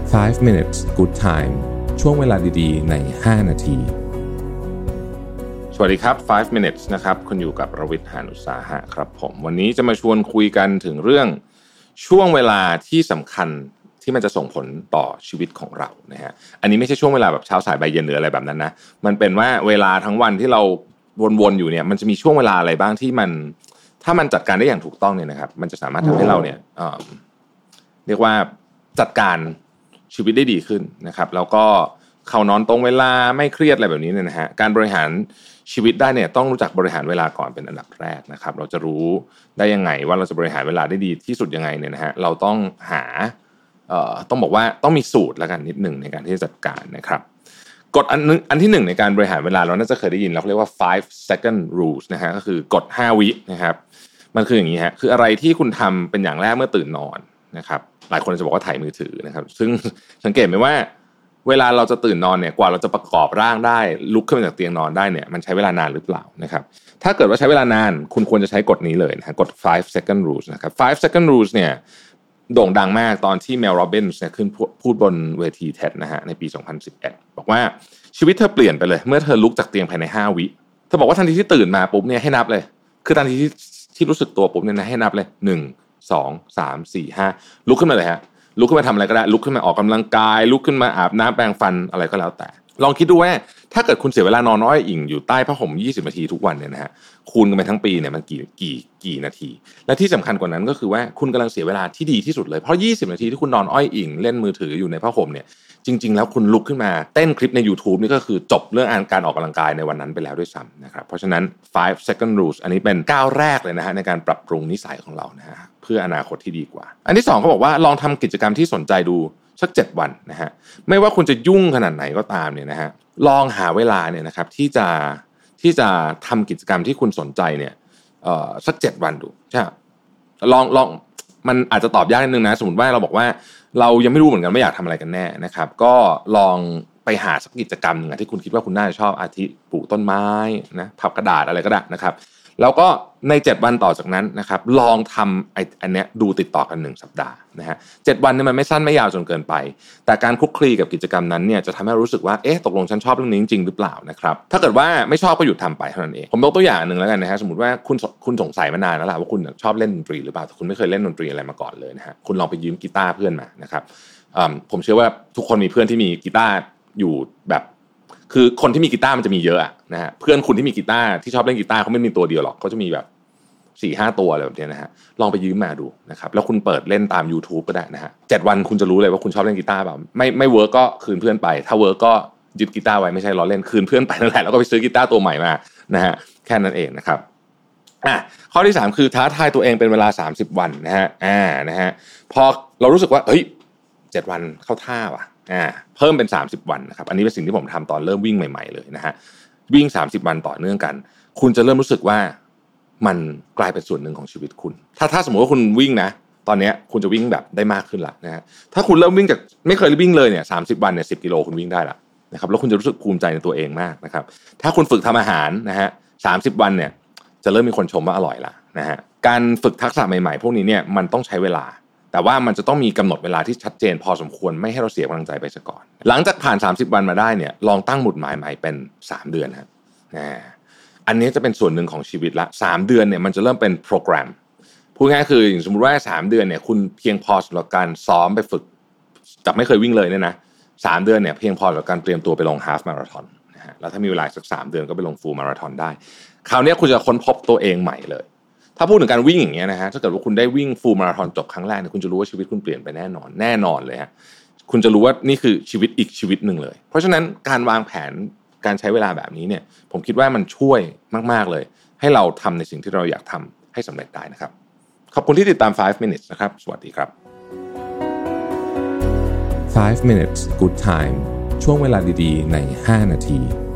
5 minutes good time ช่วงเวลาดีๆใน5นาทีสวัสดีครับ5 minutes นะครับคุณอยู่กับรวิทย์ หาญอุตสาหะครับผมวันนี้จะมาชวนคุยกันถึงเรื่องช่วงเวลาที่สำคัญที่มันจะส่งผลต่อชีวิตของเรานะฮะอันนี้ไม่ใช่ช่วงเวลาแบบเช้าสายบ่ายเย็นหรืออะไรแบบนั้นนะมันเป็นว่าเวลาทั้งวันที่เราวนๆอยู่เนี่ยมันจะมีช่วงเวลาอะไรบ้างที่มันถ้ามันจัดการได้อย่างถูกต้องเนี่ยนะครับมันจะสามารถทำให้เราเนี่ยเรียกว่าจัดการชีวิตได้ดีขึ้นนะครับแล้วก็เข้านอนตรงเวลาไม่เครียดอะไรแบบนี้เนี่ยนะฮะการบริหารชีวิตได้เนี่ยต้องรู้จักบริหารเวลาก่อนเป็นอันดับแรกนะครับเราจะรู้ได้ยังไงว่าเราจะบริหารเวลาได้ดีที่สุดยังไงเนี่ยนะฮะเราต้องหาต้องบอกว่าต้องมีสูตรแล้วกันนิดหนึ่งในการที่จะจัดการนะครับกฎอันที่หนึ่งในการบริหารเวลาเราน่าจะเคยได้ยินเราเรียกว่า5 second rules นะฮะก็คือกฎ5 วินะครับมันคืออย่างนี้ฮะคืออะไรที่คุณทำเป็นอย่างแรกเมื่อตื่นนอนนะครับหลายคนจะบอกว่าถ่ายมือถือนะครับซึ่งสังเกตไหมว่าเวลาเราจะตื่นนอนเนี่ยกว่าเราจะประกอบร่างได้ลุกขึ้นมาจากเตียงนอนได้เนี่ยมันใช้เวลานานหรือเปล่านะครับถ้าเกิดว่าใช้เวลานานคุณควรจะใช้กฎนี้เลยนะกฎ5 second rules นะครับ5 second rules เนี่ยโด่งดังมากตอนที่เมลโรบินส์เนี่ยขึ้นพูดบนเวที TED นะฮะในปี 2011 บอกว่าชีวิตเธอเปลี่ยนไปเลยเมื่อเธอลุกจากเตียงภายใน5 วิเธอบอกว่าทันทีที่ตื่นมาปุ๊บเนี่ยให้นับเลยคือทันทีที่รู้สึกตัวปุ๊บเนี่ยนะให้นับเลย1 2 3 4 5ลุกขึ้นมาเลยฮะลุกขึ้นมาทำอะไรก็ได้ลุกขึ้นมาออกกำลังกายลุกขึ้นมาอาบน้ำแปรงฟันอะไรก็แล้วแต่ลองคิดดูว่าถ้าเกิดคุณเสียเวลานอนอ้อยอิงอยู่ใต้ผ้าห่ม20 นาทีทุกวันเนี่ยนะฮะคูณกันไปทั้งปีเนี่ยมันกี่นาทีและที่สำคัญกว่านั้นก็คือว่าคุณกำลังเสียเวลาที่ดีที่สุดเลยเพราะ20 นาทีที่คุณนอนอ้อยอิงเล่นมือถืออยู่ในผ้าห่มเนี่ยจริงๆแล้วคุณลุกขึ้นมาเต้นคลิปใน YouTube นี่ก็คือจบเรื่องการออกกำลังกายในวันนั้นไปแล้วด้วยซ้ำนะครับเพราะฉะนั้น5 second rules อันนี้เป็นก้าวแรกเลยนะฮะในการปรับปรุงนิสัยของเรานะฮะเพื่ออนาคตที่ดีกว่าอันที่2เขาบอกว่าลองทำกิจกรรมที่สนใจดูสัก7 วันนะฮะไม่ว่าคุณจะยุ่งขนาดไหนก็ตามเนี่ยนะฮะลองหาเวลาเนี่ยนะครับที่จะทำกิจกรรมที่คุณสนใจเนี่ยสัก7 วันดูใช่ลองมันอาจจะตอบยากนิดนึงนะสมมติว่าเราบอกว่าเรายังไม่รู้เหมือนกันว่าอยากทำอะไรกันแน่นะครับก็ลองไปหาสักกิจกรรมนึงที่คุณคิดว่าคุณน่าจะชอบอาทิปลูกต้นไม้นะพับกระดาษอะไรก็ได้นะครับแล้วก็ใน7 วันต่อจากนั้นนะครับลองทำอันเนี้ยดูติดต่อกัน1 สัปดาห์นะฮะ7 วันเนี่ยมันไม่สั้นไม่ยาวจนเกินไปแต่การคลุกคลีกับกิจกรรมนั้นเนี่ยจะทำให้รู้สึกว่าเอ๊ะตกลงฉันชอบเรื่องนี้จริงหรือเปล่านะครับถ้าเกิดว่าไม่ชอบก็หยุดทำไปเท่านั้นเองผมยกตัวอย่างนึงแล้วกันนะฮะสมมติว่าคุณสงสัยมานานแล้วล่ะว่าคุณชอบเล่นดนตรีหรือเปล่าแต่คุณไม่เคยเล่นดนตรีอะไรมาก่อนเลยนะฮะคุณลองไปยืมกีตาร์เพื่อนมานะครับผมเชื่อว่าทุกคนมีเพื่อนที่มีกีตาร์อยู่แบบคือคนที่มีกีตาร์มันจะมีเยอะนะฮะเพื่อนคุณที่มีกีตาร์ที่ชอบเล่นกีตาร์เขาไม่มีตัวเดียวหรอกเขาจะมีแบบ4-5 ตัวอะไรแบบนี้นะฮะลองไปยืมมาดูนะครับแล้วคุณเปิดเล่นตาม YouTube ก็ได้นะฮะ7 วันคุณจะรู้เลยว่าคุณชอบเล่นกีตาร์เปล่าไม่เวิร์กก็คืนเพื่อนไปถ้าเวิร์กก็ยึดกีตาร์ไว้ไม่ใช่ล้อเล่นคืนเพื่อนไปนั่นแหละแล้วก็ไปซื้อกีตาร์ตัวใหม่มานะฮะแค่นั้นเองนะครับข้อที่3คือท้าทายตัวเองเป็นเวลา30 วันนะฮะนะฮะพอเรารู้สึกว่าเฮ้ย7 วันเข้าท่าว่ะเพิ่มเป็น30 วันนะครับอันนี้เป็นสิ่งที่ผมทำตอนเริ่มวิ่งใหม่ๆเลยนะฮะวิ่ง30 วันต่อเนื่องกันคุณจะเริ่มรู้สึกว่ามันกลายเป็นส่วนหนึ่งของชีวิตคุณถ้าสมมติว่าคุณวิ่งนะตอนนี้คุณจะวิ่งแบบได้มากขึ้นละนะฮะถ้าคุณเริ่มวิ่งจากไม่เคยวิ่งเลยเนี่ย30 วันเนี่ย10 กิโลคุณวิ่งได้ละนะครับแล้วคุณจะรู้สึกภูมิใจในตัวเองมากนะครับถ้าคุณฝึกทำอาหารนะฮะ30 วันเนี่ยจะเริ่มมีคนชมว่าอร่อยละนะฮะการฝึกทักษะใหม่ๆพวกนี้เนี่ยมันต้องใช้เวลาแต่ว่ามันจะต้องมีกำหนดเวลาที่ชัดเจนพอสมควรไม่ให้เราเสียกำลังใจไปซะก่อนหลังจากผ่าน30 วันมาได้เนี่ยลองตั้งหมุดหมายใหม่เป็น3 เดือนครับอันนี้จะเป็นส่วนหนึ่งของชีวิตละ3 เดือนเนี่ยมันจะเริ่มเป็นโปรแกรมพูดง่ายคือสมมุติว่า3 เดือนเนี่ยคุณเพียงพอสำหรับการซ้อมไปฝึกจากไม่เคยวิ่งเลยเนี่ยนะ3 เดือนเนี่ยเพียงพอสำหรับการเตรียมตัวไปลงฮาล์ฟมาราธอนนะฮะแล้วถ้ามีเวลาสัก3 เดือนก็ไปลงฟูลมาราธอนได้คราวนี้คุณจะค้นพบตัวเองใหม่เลยถ้าพูดถึงการวิ่งอย่างเงี้ยนะฮะถ้าเกิดว่าคุณได้วิ่งฟูลมาราธอนจบครั้งแรกเนี่ยคุณจะรู้ว่าชีวิตคุณเปลี่ยนไปแน่นอนเลยฮะคุณจะรู้ว่านี่คือชีวิตอีกชีวิตหนึ่งเลยเพราะฉะนั้นการวางแผนการใช้เวลาแบบนี้เนี่ยผมคิดว่ามันช่วยมากๆเลยให้เราทำในสิ่งที่เราอยากทำให้สำเร็จได้นะครับขอบคุณที่ติดตาม5 minutes นะครับสวัสดีครับ 5 minutes good time ช่วงเวลาดีๆใน5 นาที